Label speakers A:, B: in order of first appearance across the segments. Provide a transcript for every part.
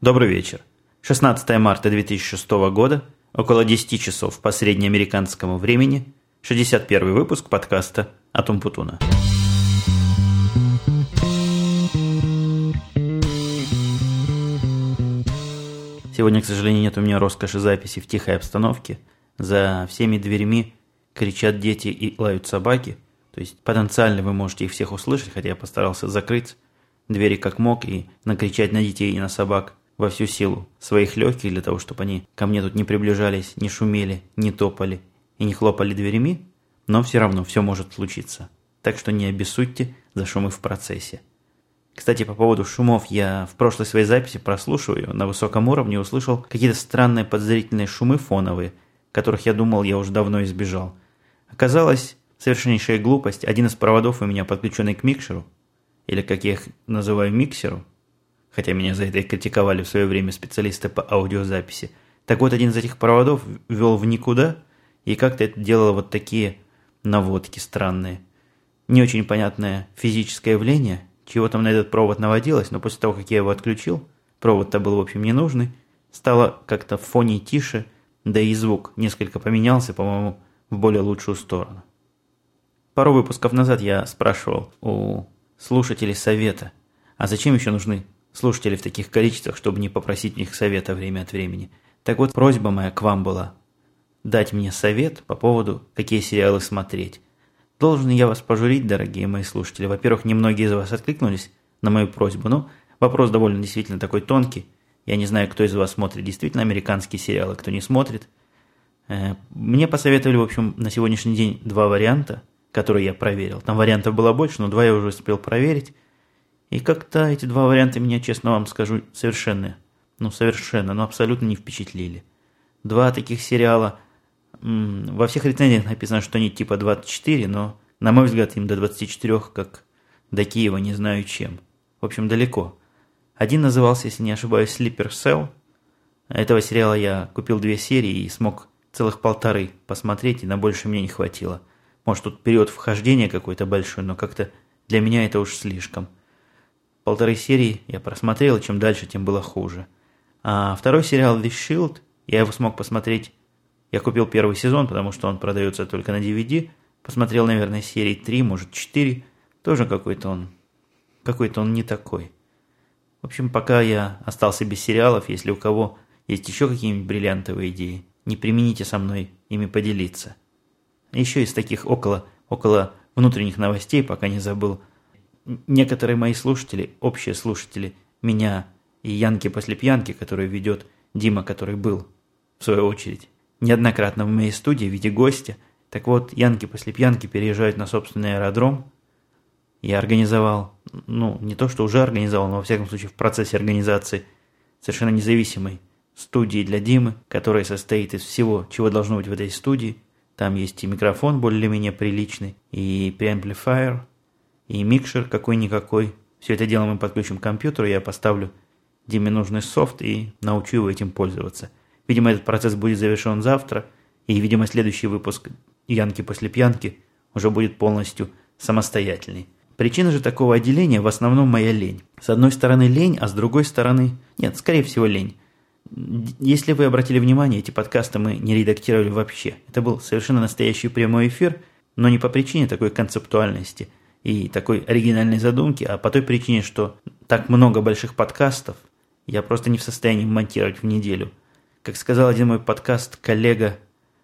A: Добрый вечер. 16 марта 2006 года, около 10 часов по среднеамериканскому времени, 61 выпуск подкаста «Атум Путуна». Сегодня, к сожалению, нет у меня роскоши записи в тихой обстановке. За всеми дверьми кричат дети и лают собаки. То есть потенциально вы можете их всех услышать, хотя я постарался закрыть двери как мог и накричать на детей и на собак во всю силу своих легких, для того, чтобы они ко мне тут не приближались, не шумели, не топали и не хлопали дверями, но все равно все может случиться. Так что не обессудьте за шумы в процессе. Кстати, по поводу шумов, я в прошлой своей записи, прослушиваю на высоком уровне, услышал какие-то странные подозрительные шумы фоновые, которых я думал, я уже давно избежал. Оказалось, совершеннейшая глупость, один из проводов у меня подключенный к микшеру, или как я их называю, миксеру, хотя меня за это и критиковали в свое время специалисты по аудиозаписи. Так вот, один из этих проводов вел в никуда, и как-то это делало вот такие наводки странные. Не очень понятное физическое явление, чего там на этот провод наводилось, но после того, как я его отключил, провод-то был, в общем, ненужный, стало как-то в фоне тише, да и звук несколько поменялся, по-моему, в более лучшую сторону. Пару выпусков назад я спрашивал у слушателей совета, а зачем еще нужны слушатели в таких количествах, чтобы не попросить у них совета время от времени. Так вот, просьба моя к вам была дать мне совет по поводу, какие сериалы смотреть. Должен я вас пожурить, дорогие мои слушатели. Во-первых, немногие из вас откликнулись на мою просьбу, но вопрос довольно действительно такой тонкий. Я не знаю, кто из вас смотрит действительно американские сериалы, кто не смотрит. Мне посоветовали, в общем, на сегодняшний день два варианта, которые я проверил. Там вариантов было больше, но два я уже успел проверить. И как-то эти два варианта меня, честно вам скажу, совершенно, но абсолютно не впечатлили. Два таких сериала, во всех рецензиях написано, что они типа 24, но, на мой взгляд, им до 24, как до Киева, не знаю чем. В общем, далеко. Один назывался, если не ошибаюсь, Sleeper Cell. Этого сериала я купил 2 серии и смог целых 1,5 посмотреть, и на больше мне не хватило. Может, тут период вхождения какой-то большой, но как-то для меня это уж слишком. 1,5 серии я просмотрел, и чем дальше, тем было хуже. А второй сериал The Shield, я его смог посмотреть. Я купил первый сезон, потому что он продается только на DVD. Посмотрел, наверное, серии 3, может 4. Тоже какой-то он не такой. В общем, пока я остался без сериалов, если у кого есть еще какие-нибудь бриллиантовые идеи, не примените со мной ими поделиться. Еще из таких около внутренних новостей, пока не забыл. Некоторые мои слушатели, общие слушатели, меня и Янки после пьянки, который ведет Дима, который был, в свою очередь, неоднократно в моей студии в виде гостя. Так вот, Янки после пьянки переезжают на собственный аэродром. Я организовал, не то что уже организовал, но во всяком случае в процессе организации совершенно независимой студии для Димы, которая состоит из всего, чего должно быть в этой студии. Там есть и микрофон более-менее приличный, и преамплифайер, и микшер какой-никакой. Все это дело мы подключим к компьютеру, я поставлю Диме нужный софт и научу его этим пользоваться. Видимо, этот процесс будет завершен завтра, и, видимо, следующий выпуск Янки после пьянки уже будет полностью самостоятельный. Причина же такого отделения в основном моя лень. С одной стороны лень, а с другой стороны... Нет, скорее всего лень. Если вы обратили внимание, эти подкасты мы не редактировали вообще. Это был совершенно настоящий прямой эфир, но не по причине такой концептуальности и такой оригинальной задумки, а по той причине, что так много больших подкастов я просто не в состоянии монтировать в неделю. Как сказал один мой коллега,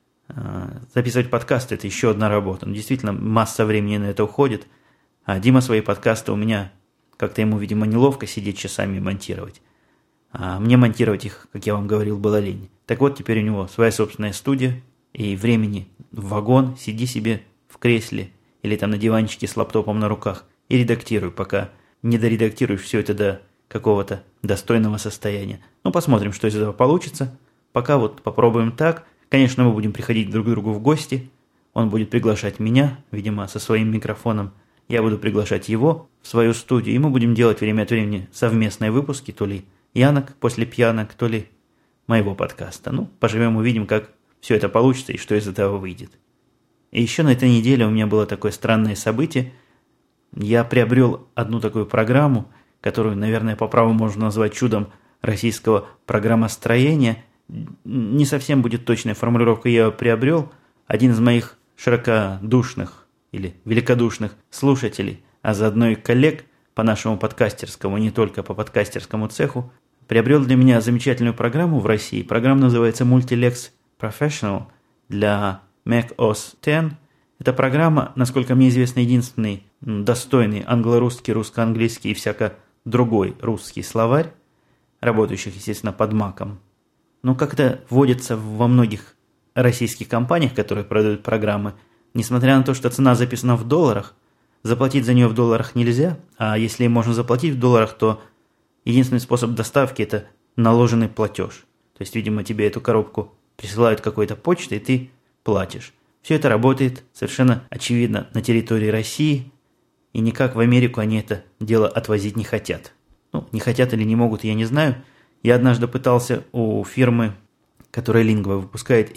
A: записывать подкасты – это еще одна работа. Действительно, масса времени на это уходит, а Дима свои подкасты у меня, как-то ему, видимо, неловко сидеть часами и монтировать. А мне монтировать их, как я вам говорил, было лень. Так вот, теперь у него своя собственная студия, и времени в вагон, сиди себе в кресле или там на диванчике с лаптопом на руках и редактируй, пока не доредактируешь все это до какого-то достойного состояния. Посмотрим, что из этого получится. Пока вот попробуем так. Конечно, мы будем приходить друг к другу в гости. Он будет приглашать меня, видимо, со своим микрофоном. Я буду приглашать его в свою студию, и мы будем делать время от времени совместные выпуски, то ли Янок после пьянок, то ли моего подкаста. Поживем, увидим, как все это получится и что из этого выйдет. И еще на этой неделе у меня было такое странное событие. Я приобрел одну такую программу, которую, наверное, по праву можно назвать чудом российского программостроения. Не совсем будет точная формулировка, я ее приобрел. Один из моих широкодушных или великодушных слушателей, а заодно и коллег по нашему подкастерскому, не только по подкастерскому цеху, приобрел для меня замечательную программу в России. Программа называется Multilex Professional для Mac OS X. Эта программа, насколько мне известно, единственный достойный англо-русский, русско-английский и всяко другой русский словарь, работающих, естественно, под Маком. Но как это вводится во многих российских компаниях, которые продают программы, несмотря на то, что цена записана в долларах, заплатить за нее в долларах нельзя, а если можно заплатить в долларах, то единственный способ доставки – это наложенный платеж. То есть, видимо, тебе эту коробку присылают какой-то почтой, и ты платишь. Все это работает совершенно очевидно на территории России, и никак в Америку они это дело отвозить не хотят. Ну, не хотят или не могут, я не знаю. Я однажды пытался у фирмы, которая Lingua выпускает,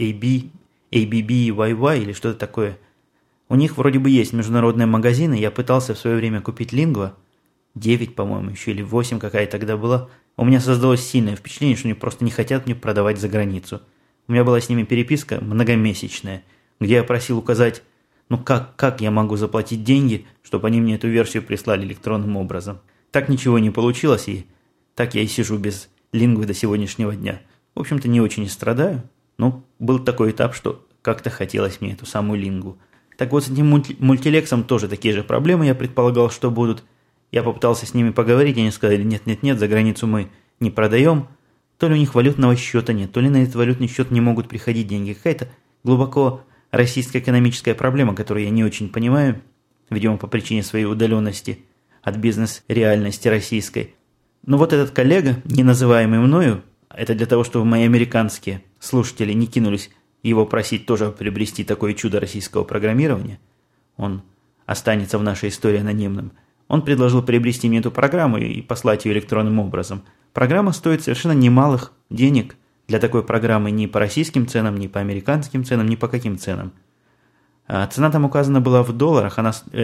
A: ABBYY или что-то такое. У них вроде бы есть международные магазины, я пытался в свое время купить Lingua, 9, по-моему, еще или 8 какая тогда была. У меня создалось сильное впечатление, что они просто не хотят мне продавать за границу. У меня была с ними переписка многомесячная, где я просил указать, ну как я могу заплатить деньги, чтобы они мне эту версию прислали электронным образом. Так ничего не получилось, и так я и сижу без Lingua до сегодняшнего дня. В общем-то, не очень и страдаю, но был такой этап, что как-то хотелось мне эту самую Lingua. Так вот, с этим мультилексом тоже такие же проблемы, я предполагал, что будут. Я попытался с ними поговорить, они сказали, нет, за границу мы не продаем. То ли у них валютного счета нет, то ли на этот валютный счет не могут приходить деньги. Какая-то глубоко российская экономическая проблема, которую я не очень понимаю, видимо, по причине своей удаленности от бизнес-реальности российской. Но вот этот коллега, не называемый мною, это для того, чтобы мои американские слушатели не кинулись его просить тоже приобрести такое чудо российского программирования, он останется в нашей истории анонимным, он предложил приобрести мне эту программу и послать ее электронным образом. Программа стоит совершенно немалых денег для такой программы ни по российским ценам, ни по американским ценам, ни по каким ценам. Цена там указана была в долларах,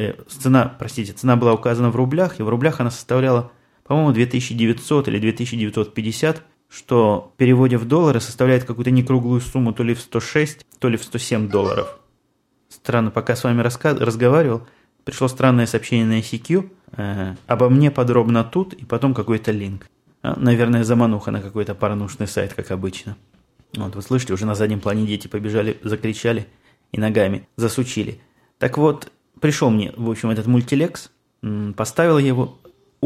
A: цена была указана в рублях, и в рублях она составляла, по-моему, 2900 или 2950, что в переводе в доллары составляет какую-то некруглую сумму то ли в 106, то ли в 107 долларов. Странно, пока с вами разговаривал, пришло странное сообщение на ICQ, обо мне подробно тут, и потом какой-то линк. Наверное, замануха на какой-то порнушный сайт, как обычно. Вот, вы слышите, уже на заднем плане дети побежали, закричали и ногами засучили. Так вот, пришел мне, в общем, этот мультилекс, поставил его,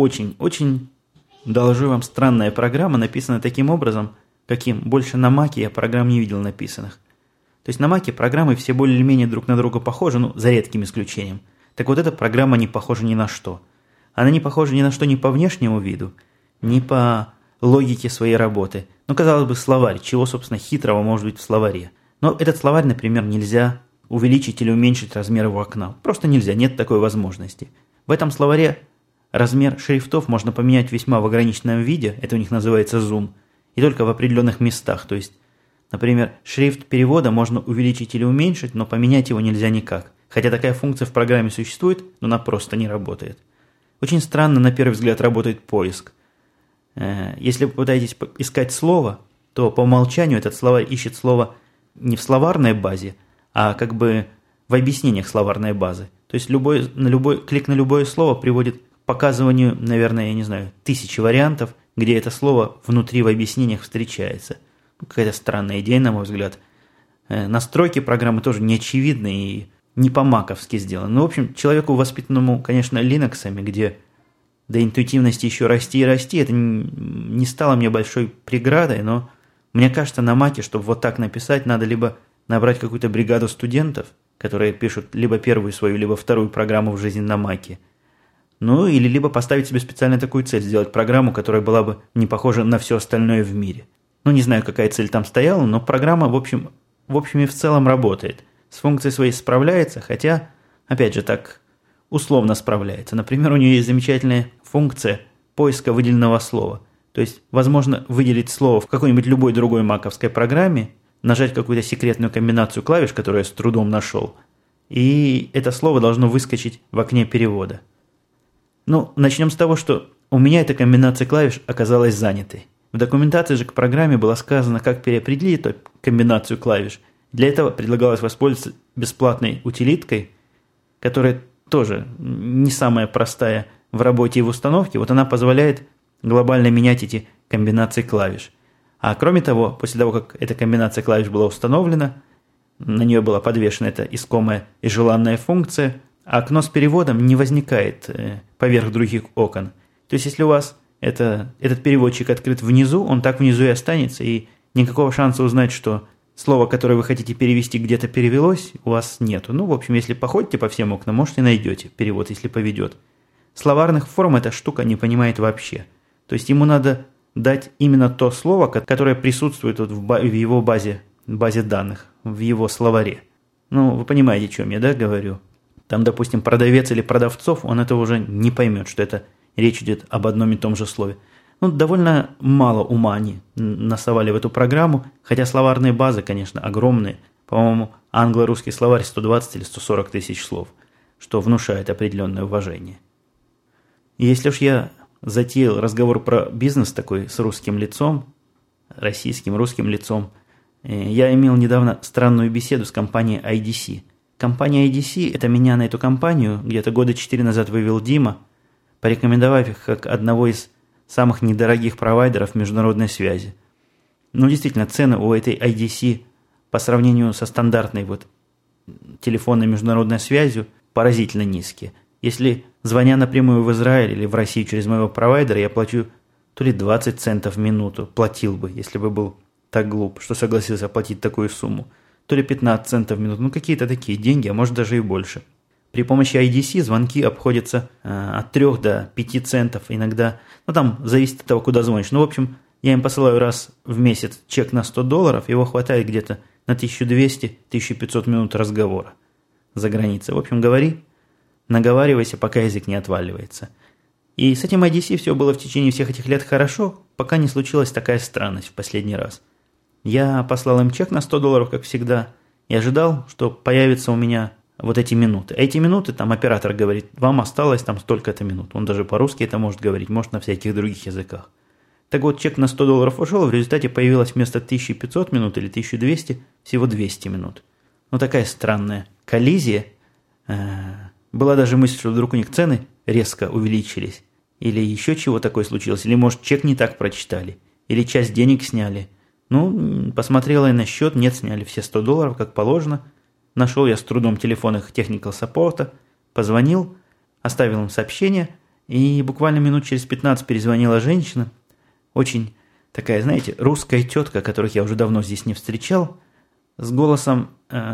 A: очень, доложу вам, странная программа, написана таким образом, каким больше на Маке я программ не видел написанных. То есть на Маке программы все более-менее друг на друга похожи, ну, за редким исключением. Так вот, эта программа не похожа ни на что. Она не похожа ни на что ни по внешнему виду, ни по логике своей работы. Ну, казалось бы, словарь, чего, собственно, хитрого может быть в словаре. Но этот словарь, например, нельзя увеличить или уменьшить размер его окна. Просто нельзя, нет такой возможности. В этом словаре размер шрифтов можно поменять весьма в ограниченном виде, это у них называется зум, и только в определенных местах. То есть, например, шрифт перевода можно увеличить или уменьшить, но поменять его нельзя никак. Хотя такая функция в программе существует, но она просто не работает. Очень странно, на первый взгляд, работает поиск. Если вы пытаетесь искать слово, то по умолчанию этот словарь ищет слово не в словарной базе, а как бы в объяснениях словарной базы. То есть клик на любое слово приводит к показыванию, наверное, я не знаю, 1000 вариантов, где это слово внутри в объяснениях встречается. Какая-то странная идея, на мой взгляд. Настройки программы тоже не очевидны и не по-маковски сделаны. Ну, в общем, человеку, воспитанному, конечно, Linux-ами, где до интуитивности еще расти и расти, это не стало мне большой преградой, но мне кажется, на Маке, чтобы вот так написать, надо либо набрать какую-то бригаду студентов, которые пишут либо первую свою, либо вторую программу в жизни на Маке, ну или либо поставить себе специально такую цель, сделать программу, которая была бы не похожа на все остальное в мире. Ну, не знаю, какая цель там стояла, но программа, в общем и в целом работает. С функцией своей справляется, хотя, опять же, так условно справляется. Например, у нее есть замечательная функция поиска выделенного слова. То есть, возможно, выделить слово в какой-нибудь любой другой маковской программе, нажать какую-то секретную комбинацию клавиш, которую я с трудом нашел, и это слово должно выскочить в окне перевода. Ну, начнем с того, что у меня эта комбинация клавиш оказалась занятой. В документации же к программе было сказано, как переопределить эту комбинацию клавиш. Для этого предлагалось воспользоваться бесплатной утилиткой, которая тоже не самая простая в работе и в установке. Вот она позволяет глобально менять эти комбинации клавиш. А кроме того, после того, как эта комбинация клавиш была установлена, на нее была подвешена эта искомая и желанная функция, а окно с переводом не возникает поверх других окон. То есть, если у вас этот переводчик открыт внизу, он так внизу и останется, и никакого шанса узнать, что слово, которое вы хотите перевести, где-то перевелось, у вас нету. Ну, в общем, если походите по всем окнам, может, и найдете перевод, если поведет. Словарных форм эта штука не понимает вообще. То есть, ему надо дать именно то слово, которое присутствует вот в его базе данных, в его словаре. Ну, вы понимаете, о чем я, да, говорю? Там, допустим, продавец или продавцов, он этого уже не поймет, что это речь идет об одном и том же слове. Ну, довольно мало ума они насовали в эту программу, хотя словарные базы, конечно, огромные. По-моему, англо-русский словарь 120 или 140 тысяч слов, что внушает определенное уважение. И если уж я затеял разговор про бизнес такой с русским лицом, российским русским лицом, я имел недавно странную беседу с компанией IDC. Компания IDC, это меня на эту компанию где-то года 4 назад вывел Дима, порекомендовав их как одного из самых недорогих провайдеров международной связи. Ну, действительно, цены у этой IDC по сравнению со стандартной вот телефонной международной связью поразительно низкие. Если, звоня напрямую в Израиль или в Россию через моего провайдера, я плачу то ли 20 центов в минуту, платил бы, если бы был так глуп, что согласился платить такую сумму, то ли 15 центов в минуту, ну какие-то такие деньги, а может даже и больше. При помощи IDC звонки обходятся от 3 до 5 центов иногда. Ну, там зависит от того, куда звонишь. Ну, в общем, я им посылаю раз в месяц чек на $100, его хватает где-то на 1200-1500 минут разговора за границей. В общем, говори, наговаривайся, пока язык не отваливается. И с этим IDC все было в течение всех этих лет хорошо, пока не случилась такая странность в последний раз. Я послал им чек на $100, как всегда, и ожидал, что появится у меня вот эти минуты. Эти минуты, там оператор говорит, вам осталось там столько-то минут. Он даже по-русски это может говорить, может на всяких других языках. Так вот, чек на $100 ушел, в результате появилось вместо 1500 минут или 1200 всего 200 минут. Ну, такая странная коллизия. Была даже мысль, что вдруг у них цены резко увеличились. Или еще чего такое случилось. Или, может, чек не так прочитали. Или часть денег сняли. Ну, посмотрела я на счет, нет, сняли все $100, как положено. Нашел я с трудом телефон их technical support, позвонил, оставил им сообщение, и буквально минут через 15 перезвонила женщина, очень такая, знаете, русская тетка, которых я уже давно здесь не встречал, с голосом,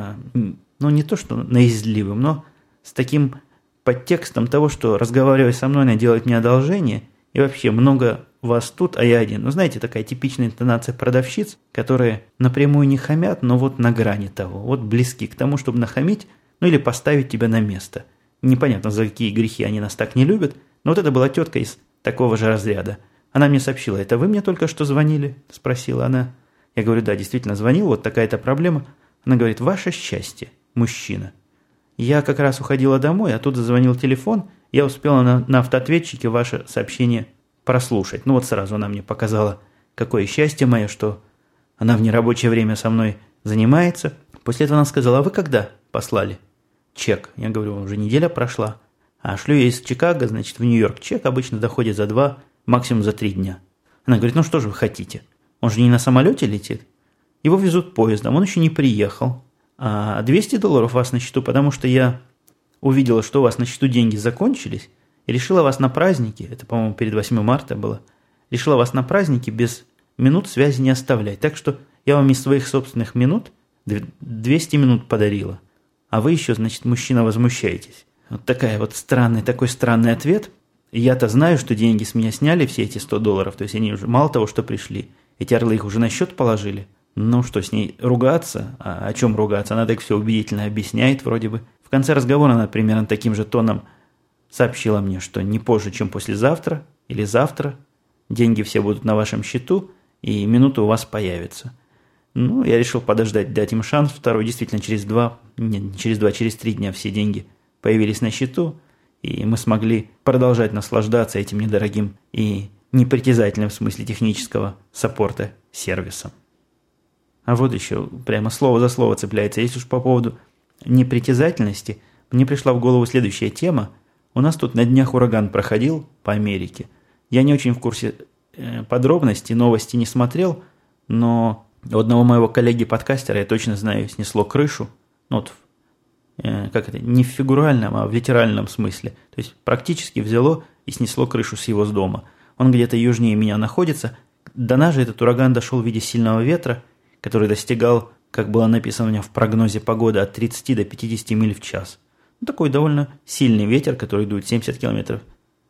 A: ну не то что наездливым, но с таким подтекстом того, что, разговаривая со мной, она делает мне одолжение, и вообще много вас тут, а я один. Ну, знаете, такая типичная интонация продавщиц, которые напрямую не хамят, но вот на грани того, вот близки к тому, чтобы нахамить, ну или поставить тебя на место. Непонятно, за какие грехи они нас так не любят, но вот это была тетка из такого же разряда. Она мне сообщила: «Это вы мне только что звонили?» – спросила она. Я говорю: «Да, действительно звонил, вот такая-то проблема». Она говорит: «Ваше счастье, мужчина». Я как раз уходила домой, а тут зазвонил телефон, я успела на автоответчике ваше сообщение прослушать. Ну вот сразу она мне показала, какое счастье мое, что она в нерабочее время со мной занимается. После этого она сказала: «А вы когда послали чек?» Я говорю: «Уже неделя прошла». А шлю я из Чикаго, значит, в Нью-Йорк. Чек обычно доходит за 2, максимум за 3 дня. Она говорит: «Ну что же вы хотите? Он же не на самолете летит. Его везут поездом, он еще не приехал. А $200 у вас на счету, потому что я увидела, что у вас на счету деньги закончились, и решила вас на празднике, это, по-моему, перед 8 марта было, решила вас на празднике без минут связи не оставлять. Так что я вам из своих собственных минут 200 минут подарила. А вы еще, значит, мужчина, возмущаетесь». Вот такой странный ответ. И я-то знаю, что деньги с меня сняли, все эти $100, то есть они уже мало того, что пришли, эти орлы их уже на счет положили. Ну что, с ней ругаться? А о чем ругаться? Она так все убедительно объясняет вроде бы. В конце разговора она примерно таким же тоном сообщила мне, что не позже, чем послезавтра или завтра деньги все будут на вашем счету, и минута у вас появится. Ну, я решил подождать, дать им шанс второй. Действительно, через 3 дня все деньги появились на счету, и мы смогли продолжать наслаждаться этим недорогим и непритязательным в смысле технического саппорта сервисом. А вот еще прямо слово за слово цепляется. Если уж по поводу непритязательности, мне пришла в голову следующая тема. У нас тут на днях ураган проходил по Америке. Я не очень в курсе подробностей, новости не смотрел, но у одного моего коллеги-подкастера, я точно знаю, снесло крышу. Ну, вот, как это, не в фигуральном, а в литеральном смысле. То есть практически взяло и снесло крышу с его дома. Он где-то южнее меня находится. До нас же этот ураган дошел в виде сильного ветра, который достигал, как было написано у меня в прогнозе погоды, от 30 до 50 миль в час. Ну, такой довольно сильный ветер, который дует 70 километров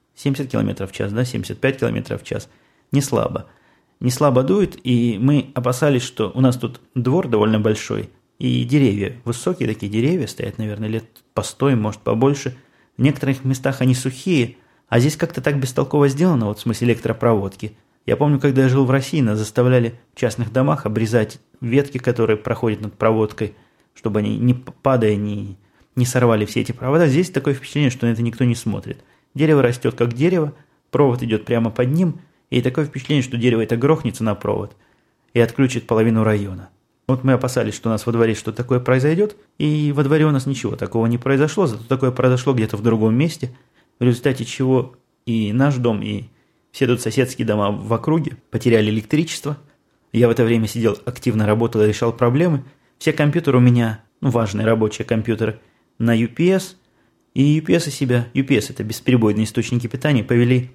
A: в час, да, 75 километров в час. Не слабо. Не слабо дует, и мы опасались, что у нас тут двор довольно большой, и деревья, высокие такие деревья стоят, наверное, лет по 100, может, побольше. В некоторых местах они сухие, а здесь как-то так бестолково сделано, вот в смысле электропроводки. Я помню, когда я жил в России, нас заставляли в частных домах обрезать ветки, которые проходят над проводкой, чтобы они, не падая, не сорвали все эти провода. Здесь такое впечатление, что на это никто не смотрит. Дерево растет как дерево, провод идет прямо под ним, и такое впечатление, что дерево это грохнется на провод и отключит половину района. Вот мы опасались, что у нас во дворе что-то такое произойдет, и во дворе у нас ничего такого не произошло, зато такое произошло где-то в другом месте, в результате чего и наш дом, и все тут соседские дома в округе потеряли электричество. Я в это время сидел, активно работал и решал проблемы. Все компьютеры у меня, важные рабочие компьютеры, на UPS, и UPS это бесперебойные источники питания, повели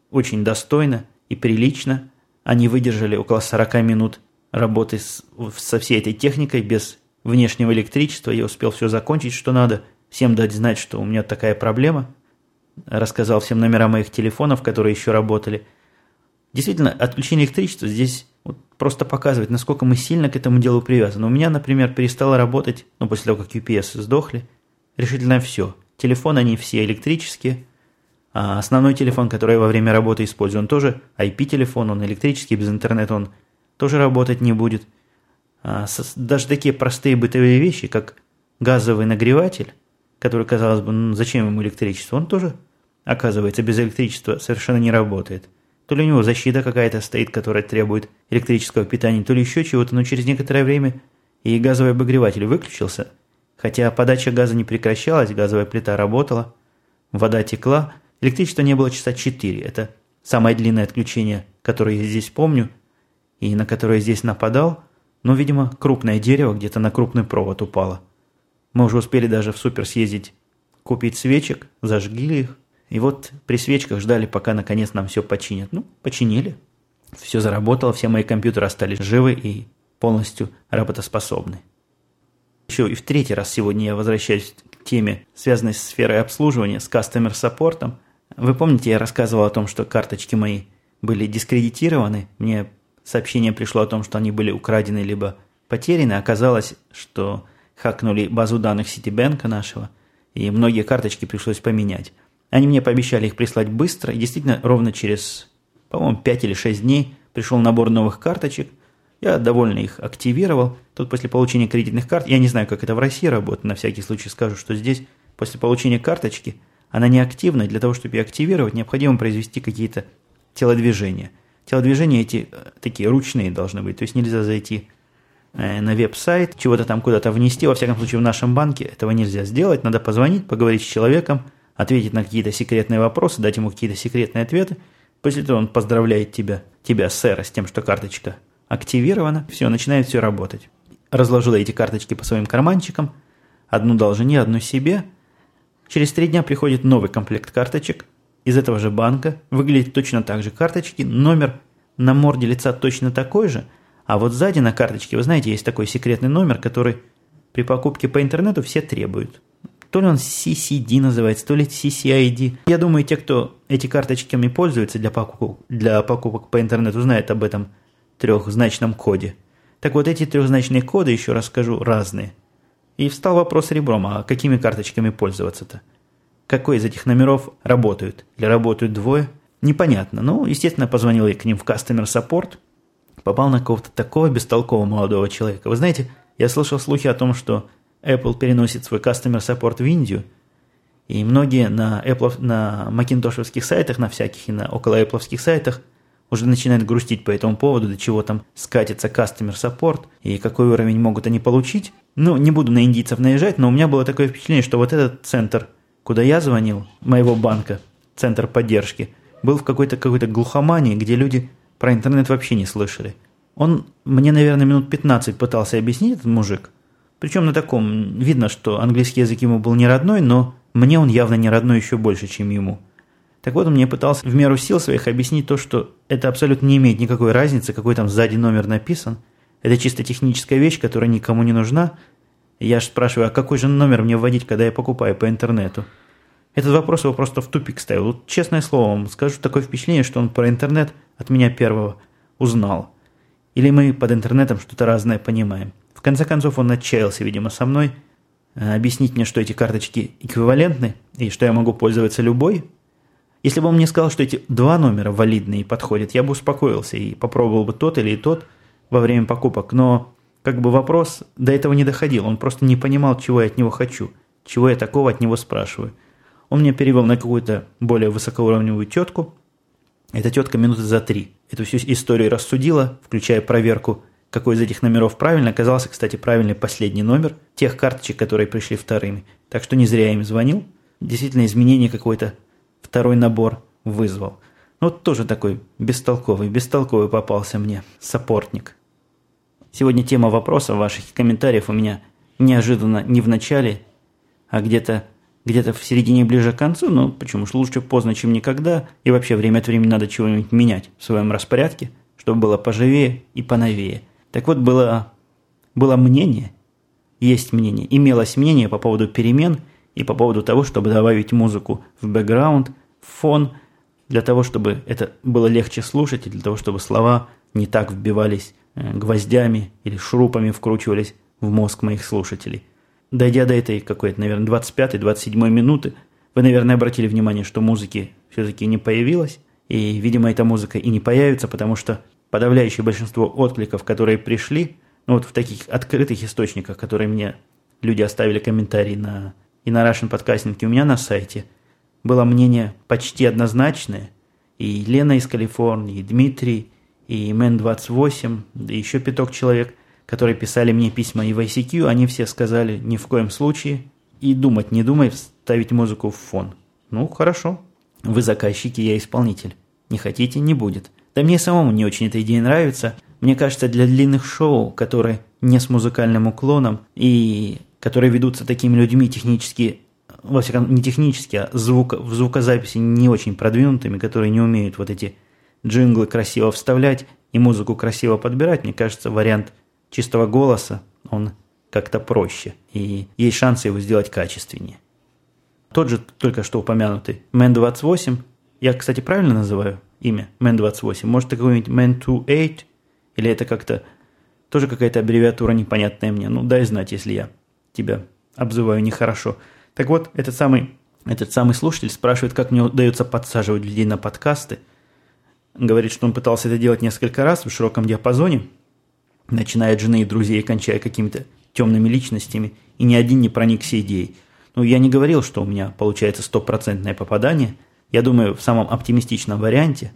A: очень достойно и прилично. Они выдержали около 40 минут работы со всей этой техникой без внешнего электричества. Я успел все закончить, что надо, всем дать знать, что у меня такая проблема. Рассказал всем номера моих телефонов, которые еще работали. Действительно, отключение электричества здесь просто показывает, насколько мы сильно к этому делу привязаны. У меня, например, перестало работать, после того, как UPS сдохли, решительно все. Телефоны, они все электрические. А основной телефон, который я во время работы использую, он тоже IP-телефон, он электрический, без интернета он тоже работать не будет. Даже такие простые бытовые вещи, как газовый нагреватель, который, казалось бы, зачем ему электричество, он тоже, оказывается, без электричества совершенно не работает. То ли у него защита какая-то стоит, которая требует электрического питания, то ли еще чего-то, но через некоторое время и газовый обогреватель выключился. Хотя подача газа не прекращалась, газовая плита работала, вода текла, электричества не было часа 4. Это самое длинное отключение, которое я здесь помню, и на которое я здесь нападал, но, видимо, крупное дерево где-то на крупный провод упало. Мы уже успели даже в супер съездить, купить свечек, зажгли их, и вот при свечках ждали, пока наконец нам все починят. Починили. Все заработало, все мои компьютеры остались живы и полностью работоспособны. Еще и в третий раз сегодня я возвращаюсь к теме, связанной с сферой обслуживания, с customer support. Вы помните, я рассказывал о том, что карточки мои были дискредитированы. Мне сообщение пришло о том, что они были украдены либо потеряны. Оказалось, что хакнули базу данных Ситибанка нашего, и многие карточки пришлось поменять. Они мне пообещали их прислать быстро, и действительно ровно через, по-моему, 5 или 6 дней пришел набор новых карточек. Я довольно их активировал. Тут после получения кредитных карт, я не знаю, как это в России работает, на всякий случай скажу, что здесь после получения карточки она неактивна, для того, чтобы ее активировать, необходимо произвести какие-то телодвижения. Телодвижения эти такие ручные должны быть, то есть нельзя зайти на веб-сайт, чего-то там куда-то внести, во всяком случае в нашем банке этого нельзя сделать, надо позвонить, поговорить с человеком, ответить на какие-то секретные вопросы, дать ему какие-то секретные ответы, после того он поздравляет тебя, сэра, с тем, что карточка активирована, все, начинает все работать. Разложила эти карточки по своим карманчикам, одну должне, одну себе. Через 3 дня приходит новый комплект карточек из этого же банка, выглядит точно так же карточки, номер на морде лица точно такой же, а вот сзади на карточке, вы знаете, есть такой секретный номер, который при покупке по интернету все требуют. То ли он CCD называется, то ли CCID. Я думаю, те, кто эти карточками пользуются для покупок по интернету, знают об этом трехзначном коде. Так вот, эти трехзначные коды, еще раз скажу, разные. И встал вопрос ребром, а какими карточками пользоваться-то? Какой из этих номеров работают? Или работают двое? Непонятно. Естественно, позвонил я к ним в Customer Support, попал на какого-то такого бестолкового молодого человека. Вы знаете, я слышал слухи о том, что Apple переносит свой Customer Support в Индию, и многие на макинтошевских сайтах, на всяких и на около Apple'овских сайтах уже начинает грустить по этому поводу, до чего там скатится customer support и какой уровень могут они получить. Ну, не буду на индийцев наезжать, но у меня было такое впечатление, что вот этот центр, куда я звонил, моего банка, центр поддержки, был в какой-то глухомании, где люди про интернет вообще не слышали. Он мне, наверное, минут 15 пытался объяснить, этот мужик. Причем на таком, видно, что английский язык ему был не родной, но мне он явно не родной еще больше, чем ему. Так вот, он мне пытался в меру сил своих объяснить то, что это абсолютно не имеет никакой разницы, какой там сзади номер написан. Это чисто техническая вещь, которая никому не нужна. Я же спрашиваю, а какой же номер мне вводить, когда я покупаю по интернету? Этот вопрос его просто в тупик ставил. Вот, честное слово вам скажу, такое впечатление, что он про интернет от меня первого узнал. Или мы под интернетом что-то разное понимаем. В конце концов, он отчаялся, видимо, со мной, объяснить мне, что эти карточки эквивалентны и что я могу пользоваться любой. Если бы он мне сказал, что эти два номера валидные и подходят, я бы успокоился и попробовал бы тот или тот во время покупок. Но как бы вопрос до этого не доходил. Он просто не понимал, чего я от него хочу, чего я такого от него спрашиваю. Он меня перевел на какую-то более высокоуровневую тетку. Эта тетка минуты за 3 эту всю историю рассудила, включая проверку, какой из этих номеров правильно. Оказался, кстати, правильный последний номер тех карточек, которые пришли вторыми. Так что не зря я им звонил. Действительно, изменение какое-то второй набор вызвал. Ну, вот тоже такой бестолковый попался мне саппортник. Сегодня тема вопросов ваших и комментариев у меня неожиданно не в начале, а где-то в середине ближе к концу. Ну, почему ж лучше поздно, чем никогда. И вообще время от времени надо чего-нибудь менять в своем распорядке, чтобы было поживее и поновее. Так вот, было мнение, есть мнение, имелось мнение по поводу перемен и по поводу того, чтобы добавить музыку в бэкграунд, в фон, для того, чтобы это было легче слушать, и для того, чтобы слова не так вбивались гвоздями или шурупами вкручивались в мозг моих слушателей. Дойдя до этой какой-то, наверное, 25-27 минуты, вы, наверное, обратили внимание, что музыки все-таки не появилось, и, видимо, эта музыка и не появится, потому что подавляющее большинство откликов, которые пришли, ну вот в таких открытых источниках, которые мне люди оставили комментарии и на Russian Podcasting, и у меня на сайте, было мнение почти однозначное. И Лена из Калифорнии, и Дмитрий, и Мэн28, и еще пяток человек, которые писали мне письма и в ICQ, они все сказали ни в коем случае, и думать не думай вставить музыку в фон. Ну, хорошо. Вы заказчики, я исполнитель. Не хотите, не будет. Да мне самому не очень эта идея нравится. Мне кажется, для длинных шоу, которые не с музыкальным уклоном и которые ведутся такими людьми технически, во всяком не технически, а в звукозаписи не очень продвинутыми, которые не умеют вот эти джинглы красиво вставлять и музыку красиво подбирать, мне кажется, вариант чистого голоса, он как-то проще. И есть шансы его сделать качественнее. Тот же только что упомянутый Мэн28, я, кстати, правильно называю имя Мэн28? Может, это какой-нибудь Мэн28? Или это как-то тоже какая-то аббревиатура непонятная мне? Ну, дай знать, если я тебя обзываю нехорошо. Так вот, этот самый слушатель спрашивает, как мне удается подсаживать людей на подкасты. Говорит, что он пытался это делать несколько раз в широком диапазоне, начиная от жены и друзей и кончая какими-то темными личностями, и ни один не проникся идеей. Ну, я не говорил, что у меня получается 100% попадание. Я думаю, в самом оптимистическом варианте,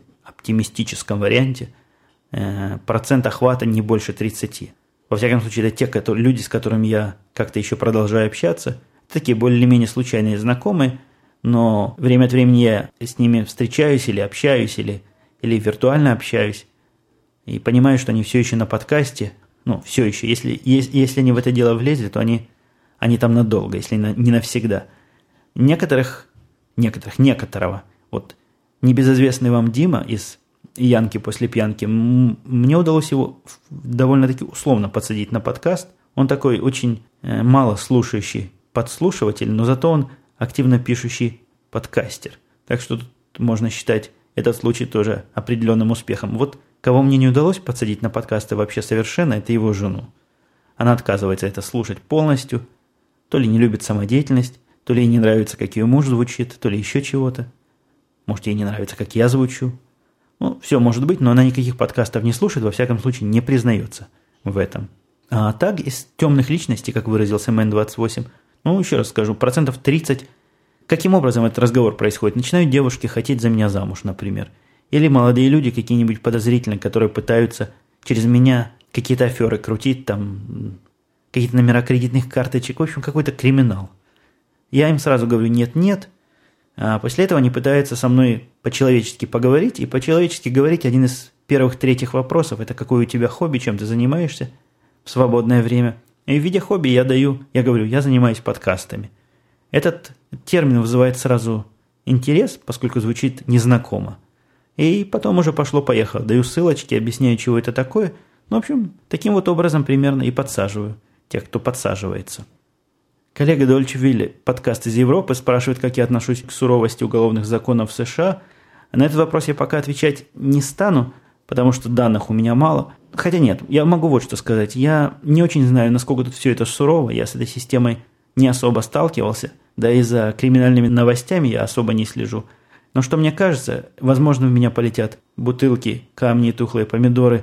A: процент охвата не больше 30%. Во всяком случае, это те люди, с которыми я как-то еще продолжаю общаться. Такие более-менее случайные знакомые, но время от времени я с ними встречаюсь или общаюсь, или виртуально общаюсь, и понимаю, что они все еще на подкасте. Ну, все еще. Если они в это дело влезли, то они там надолго, если не навсегда. Некоторого. Вот небезызвестный вам Дима из «Янки после пьянки», мне удалось его довольно-таки условно подсадить на подкаст. Он такой очень мало слушающий подслушиватель, но зато он активно пишущий подкастер. Так что тут можно считать этот случай тоже определенным успехом. Вот кого мне не удалось подсадить на подкасты вообще совершенно, это его жену. Она отказывается это слушать полностью. То ли не любит самодеятельность, то ли ей не нравится, как ее муж звучит, то ли еще чего-то. Может, ей не нравится, как я звучу. Ну, все может быть, но она никаких подкастов не слушает, во всяком случае не признается в этом. А так, из темных личностей, как выразился Мэн28, ну, еще раз скажу, 30%. Каким образом этот разговор происходит? Начинают девушки хотеть за меня замуж, например. Или молодые люди какие-нибудь подозрительные, которые пытаются через меня какие-то аферы крутить, там какие-то номера кредитных карточек, в общем, какой-то криминал. Я им сразу говорю нет-нет, а после этого они пытаются со мной по-человечески поговорить, и по-человечески говорить один из первых-третьих вопросов – это какое у тебя хобби, чем ты занимаешься в свободное время. И в виде хобби я говорю, я занимаюсь подкастами. Этот термин вызывает сразу интерес, поскольку звучит незнакомо. И потом уже пошло-поехало. Даю ссылочки, объясняю, чего это такое. Ну, в общем, таким вот образом примерно и подсаживаю тех, кто подсаживается. Коллега Дольче Вилли, подкаст из Европы, спрашивает, как я отношусь к суровости уголовных законов в США. На этот вопрос я пока отвечать не стану, потому что данных у меня мало. Хотя нет, я могу вот что сказать. Я не очень знаю, насколько тут все это сурово. Я с этой системой не особо сталкивался. Да и за криминальными новостями я особо не слежу. Но что мне кажется, возможно, в меня полетят бутылки, камни и тухлые помидоры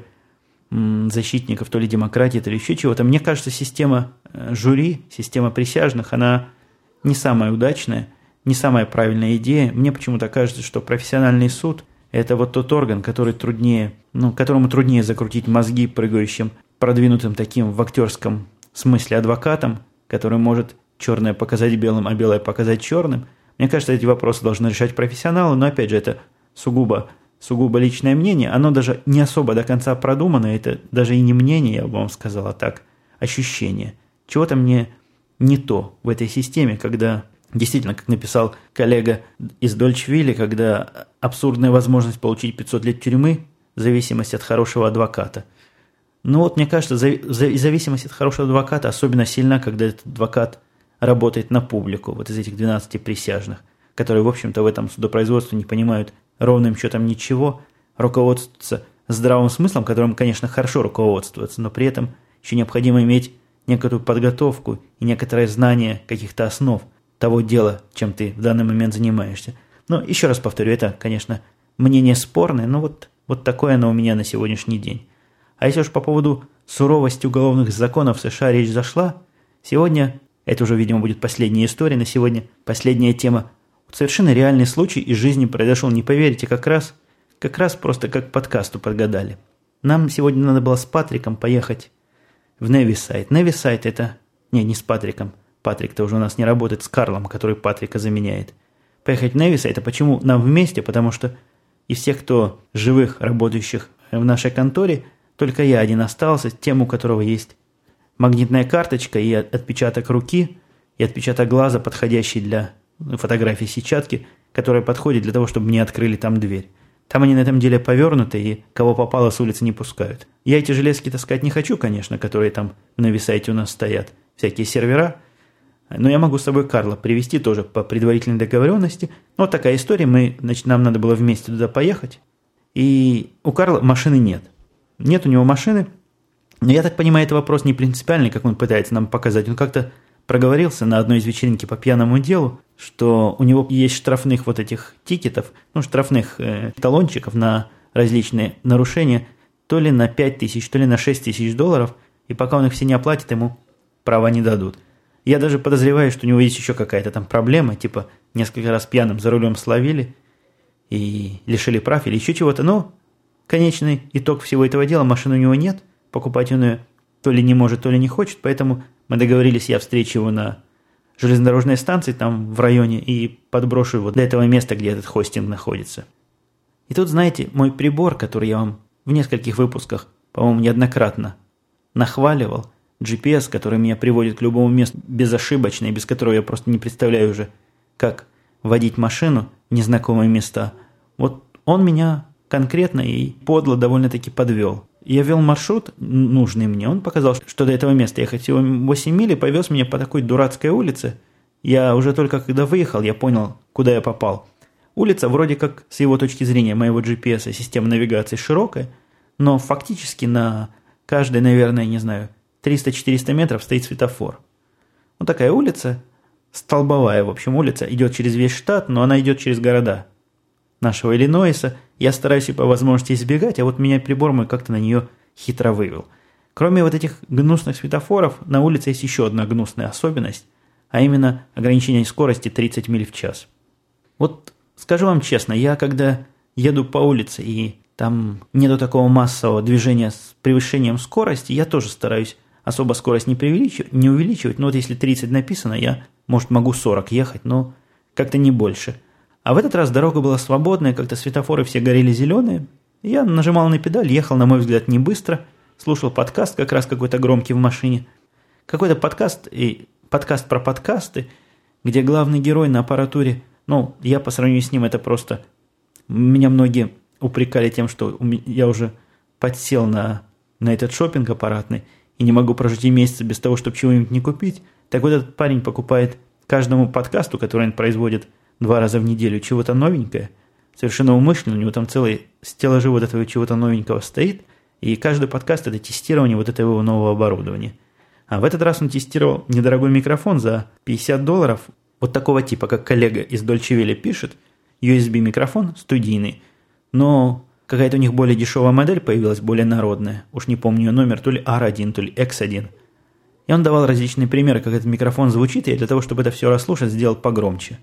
A: защитников то ли демократии, то ли еще чего-то. Мне кажется, система жюри, система присяжных, она не самая удачная, не самая правильная идея. Мне почему-то кажется, что профессиональный суд – это вот тот орган, который которому труднее закрутить мозги прыгающим, продвинутым таким в актерском смысле адвокатом, который может черное показать белым, а белое показать черным. Мне кажется, эти вопросы должны решать профессионалы, но опять же, это сугубо личное мнение, оно даже не особо до конца продумано, это даже и не мнение, я бы вам сказал, а так, ощущение. Чего-то мне не то в этой системе, когда, действительно, как написал коллега из Дольчвилли, когда абсурдная возможность получить 500 лет тюрьмы в зависимости от хорошего адвоката. Ну вот, мне кажется, зависимость от хорошего адвоката особенно сильна, когда этот адвокат работает на публику, вот из этих 12 присяжных, которые, в общем-то, в этом судопроизводстве не понимают ровным счетом ничего, руководствуются здравым смыслом, которым, конечно, хорошо руководствоваться, но при этом еще необходимо иметь некоторую подготовку и некоторое знание каких-то основ того дела, чем ты в данный момент занимаешься. Но еще раз повторю, это, конечно, мнение спорное, но вот такое оно у меня на сегодняшний день. А если уж по поводу суровости уголовных законов в США речь зашла, сегодня, это уже, видимо, будет последняя история на сегодня, последняя тема. Совершенно реальный случай из жизни произошел, не поверите, как раз просто как к подкасту подгадали. Нам сегодня надо было с Патриком поехать в Невисайд. Невисайд это... Не с Патриком. Патрик-то уже у нас не работает, с Карлом, который Патрика заменяет. Поехать в Невисайд, а почему нам вместе? Потому что из всех, кто живых, работающих в нашей конторе, только я один остался, тем, у которого есть магнитная карточка и отпечаток руки, и отпечаток глаза, подходящий для фотографии сетчатки, которая подходит для того, чтобы мне открыли там дверь. Там они на этом деле повернуты, и кого попало с улицы не пускают. Я эти железки таскать не хочу, конечно, которые там в Невисайте у нас стоят, всякие сервера, но я могу с собой Карла привезти тоже по предварительной договоренности. Вот такая история, нам надо было вместе туда поехать, и у Карла машины нет. Нет у него машины, но я так понимаю, это вопрос не принципиальный, как он пытается нам показать. Он как-то проговорился на одной из вечеринки по пьяному делу, что у него есть штрафных вот этих тикетов, штрафных талончиков на различные нарушения, то ли на 5 тысяч, то ли на 6 тысяч долларов, и пока он их все не оплатит, ему права не дадут. Я даже подозреваю, что у него есть еще какая-то там проблема, типа несколько раз пьяным за рулем словили и лишили прав или еще чего-то, но конечный итог всего этого дела, машины у него нет, покупать он ее то ли не может, то ли не хочет, поэтому мы договорились, я встречу его на железнодорожной станции там в районе и подброшу его до этого места, где этот хостинг находится. И тут, знаете, мой прибор, который я вам в нескольких выпусках, по-моему, неоднократно нахваливал, GPS, который меня приводит к любому месту безошибочно, и без которого я просто не представляю уже, как водить машину в незнакомые места. Вот он меня конкретно и подло довольно-таки подвел. Я вел маршрут нужный мне, он показал, что до этого места ехать всего 8 миль и повез меня по такой дурацкой улице. Я уже только когда выехал, я понял, куда я попал. Улица вроде как, с его точки зрения, моего GPS, система навигации широкая, но фактически на каждой, наверное, не знаю, 300-400 метров стоит светофор. Вот такая улица, столбовая, в общем, улица, идет через весь штат, но она идет через города нашего Иллинойса. Я стараюсь ее по возможности избегать, а вот меня прибор мой как-то на нее хитро вывел. Кроме вот этих гнусных светофоров, на улице есть еще одна гнусная особенность, а именно ограничение скорости 30 миль в час. Вот скажу вам честно, я когда еду по улице и там нету такого массового движения с превышением скорости, я тоже стараюсь особо скорость не увеличивать. Но вот если 30 написано, я, может, могу 40 ехать, но как-то не больше. А в этот раз дорога была свободная, как-то светофоры все горели зеленые. Я нажимал на педаль, ехал, на мой взгляд, не быстро, слушал подкаст как раз какой-то громкий в машине. Какой-то подкаст про подкасты, где главный герой на аппаратуре, я по сравнению с ним, это просто... Меня многие упрекали тем, что я уже подсел на этот шопинг аппаратный и не могу прожить и месяца без того, чтобы чего-нибудь не купить. Так вот этот парень покупает каждому подкасту, который он производит 2 раза в неделю, чего-то новенькое, совершенно умышленно, у него там целый стеллажи вот этого чего-то новенького стоит, и каждый подкаст – это тестирование вот этого нового оборудования. А в этот раз он тестировал недорогой микрофон за $50, вот такого типа, как коллега из Deutsche Welle пишет, USB-микрофон студийный, но какая-то у них более дешевая модель появилась, более народная. Уж не помню ее номер, то ли R1, то ли X1. И он давал различные примеры, как этот микрофон звучит, и я для того, чтобы это все расслушать, сделал погромче.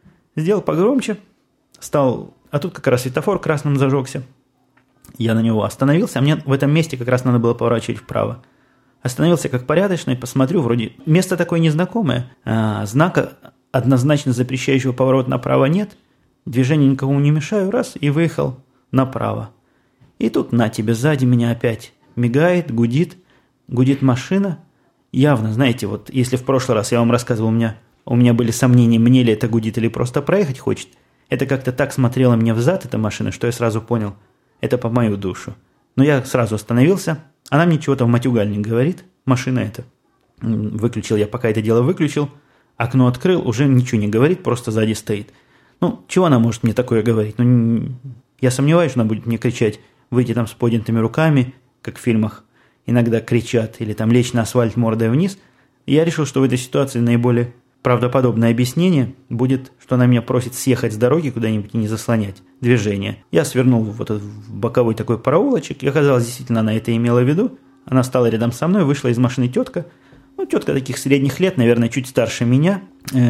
A: А тут как раз светофор красным зажегся. Я на него остановился, а мне в этом месте как раз надо было поворачивать вправо. Остановился как порядочный, посмотрю, вроде место такое незнакомое, знака однозначно запрещающего поворот направо нет, движение никому не мешаю, раз, и выехал направо. И тут на тебе, сзади меня опять мигает, гудит машина. Явно, знаете, вот если в прошлый раз я вам рассказывал, у меня были сомнения, мне ли это гудит или просто проехать хочет, это как-то так смотрела мне взад, эта машина, что я сразу понял, это по мою душу. Но я сразу остановился, она мне чего-то в матюгальник говорит, машина эта. Выключил я, пока это дело выключил, окно открыл, уже ничего не говорит, просто сзади стоит. Чего она может мне такое говорить? Я сомневаюсь, что она будет мне кричать, выйти там с поднятыми руками, как в фильмах иногда кричат, или там лечь на асфальт мордой вниз. И я решил, что в этой ситуации наиболее правдоподобное объяснение будет, что она меня просит съехать с дороги куда-нибудь и не заслонять движение. Я свернул в боковой такой проулочек, и оказалось, действительно, она это имела в виду. Она стала рядом со мной, вышла из машины тетка. Тетка таких средних лет, наверное, чуть старше меня.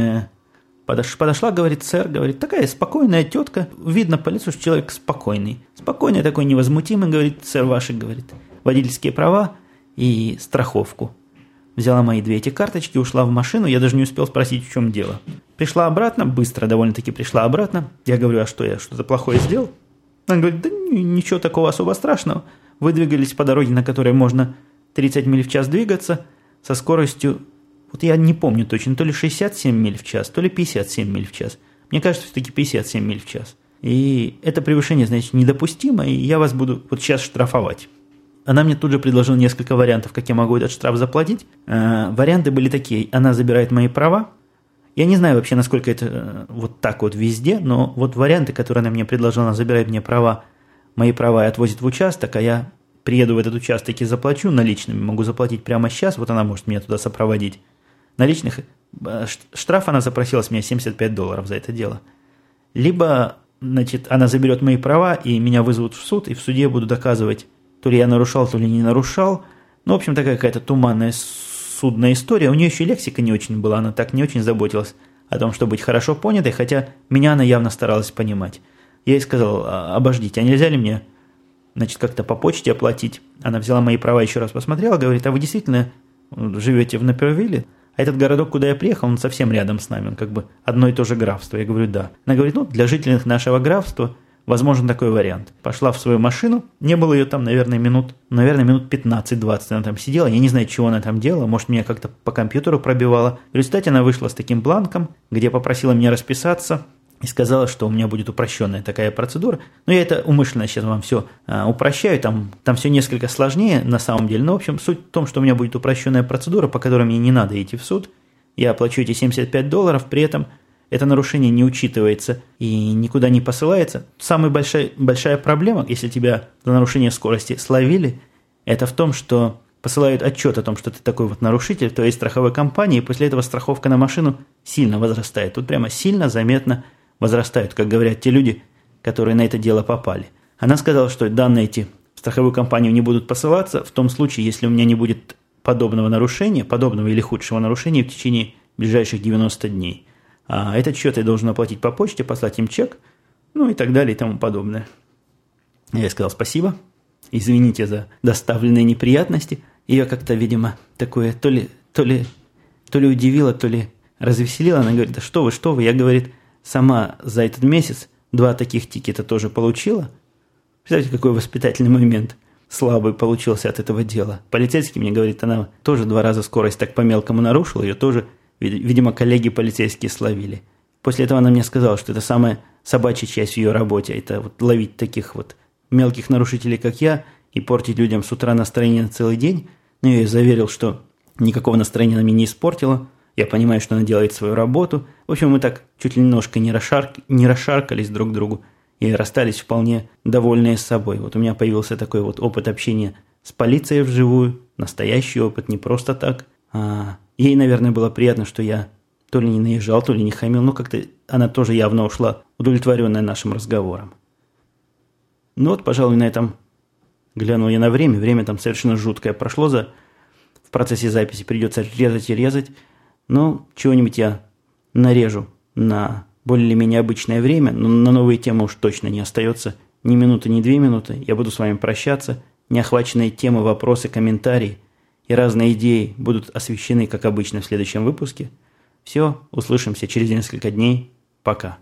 A: Подошла, говорит, сэр, говорит, такая спокойная тетка, видно по лицу, что человек спокойный. Спокойный такой, невозмутимый, говорит, сэр, ваши, говорит, водительские права и страховку. Взяла мои 2 эти карточки, ушла в машину, я даже не успел спросить, в чем дело. Пришла обратно, быстро довольно-таки пришла обратно. Я говорю, а что, я что-то плохое сделал? Она говорит, да ничего такого особо страшного. Вы двигались по дороге, на которой можно 30 миль в час двигаться, со скоростью... Вот я не помню точно, то ли 67 миль в час, то ли 57 миль в час. Мне кажется, все-таки 57 миль в час. И это превышение, значит, недопустимо, и я вас буду вот сейчас штрафовать. Она мне тут же предложила несколько вариантов, как я могу этот штраф заплатить. Варианты были такие. Она забирает мои права. Я не знаю вообще, насколько это вот так вот везде, но вот варианты, которые она мне предложила, она забирает мне права, мои права и отвозит в участок, а я приеду в этот участок и заплачу наличными. Могу заплатить прямо сейчас, вот она может меня туда сопроводить. Наличных штраф она запросила с меня $75 за это дело. Либо, значит, она заберет мои права и меня вызовут в суд, и в суде я буду доказывать, то ли я нарушал, то ли не нарушал. В общем, такая какая-то туманная судная история. У нее еще и лексика не очень была, она так не очень заботилась о том, чтобы быть хорошо понятой, хотя меня она явно старалась понимать. Я ей сказал, обождите, а нельзя ли мне, значит, как-то по почте оплатить? Она взяла мои права, еще раз посмотрела, говорит, а вы действительно живете в Напервилле? А этот городок, куда я приехал, он совсем рядом с нами, он как бы одно и то же графство. Я говорю, да. Она говорит, для жителей нашего графства возможен такой вариант. Пошла в свою машину, не было ее там, наверное, минут 15-20 она там сидела. Я не знаю, чего она там делала, может, меня как-то по компьютеру пробивала. В результате она вышла с таким бланком, где попросила меня расписаться и сказала, что у меня будет упрощенная такая процедура. Но я это умышленно сейчас вам все упрощаю, там все несколько сложнее на самом деле. Но, в общем, суть в том, что у меня будет упрощенная процедура, по которой мне не надо идти в суд. Я оплачу эти $75, при этом это нарушение не учитывается и никуда не посылается. Самая большая проблема, если тебя за нарушение скорости словили, это в том, что посылают отчет о том, что ты такой вот нарушитель в твоей страховой компании, и после этого страховка на машину сильно возрастает. Тут прямо сильно заметно возрастают, как говорят те люди, которые на это дело попали. Она сказала, что данные эти в страховую компанию не будут посылаться в том случае, если у меня не будет подобного нарушения, подобного или худшего нарушения в течение ближайших 90 дней. А этот счет я должен оплатить по почте, послать им чек, и так далее и тому подобное. Я ей сказал спасибо, извините за доставленные неприятности. Ее как-то, видимо, такое то ли удивило, то ли развеселило. Она говорит, да что вы, я, говорит, сама за этот месяц 2 таких тикета тоже получила. Представляете, какой воспитательный момент слабый получился от этого дела. Полицейский мне говорит, она тоже 2 раза скорость так по-мелкому нарушила, ее тоже, видимо, коллеги полицейские словили. После этого она мне сказала, что это самая собачья часть в ее работе, это вот ловить таких вот мелких нарушителей, как я, и портить людям с утра настроение на целый день. Но я ей заверил, что никакого настроения она мне не испортила. Я понимаю, что она делает свою работу. В общем, мы так чуть ли немножко не расшаркались друг к другу и расстались вполне довольные с собой. Вот у меня появился такой вот опыт общения с полицией вживую, настоящий опыт, не просто так. Ей, наверное, было приятно, что я то ли не наезжал, то ли не хамил, но как-то она тоже явно ушла, удовлетворенная нашим разговором. Ну вот, пожалуй, на этом глянул я на время. Время там совершенно жуткое прошло. В процессе записи придется резать и резать. Но чего-нибудь я нарежу на более-менее обычное время. Но на новые темы уж точно не остается ни минуты, ни 2 минуты. Я буду с вами прощаться. Неохваченные темы, вопросы, комментарии и разные идеи будут освещены, как обычно, в следующем выпуске. Все, услышимся через несколько дней. Пока.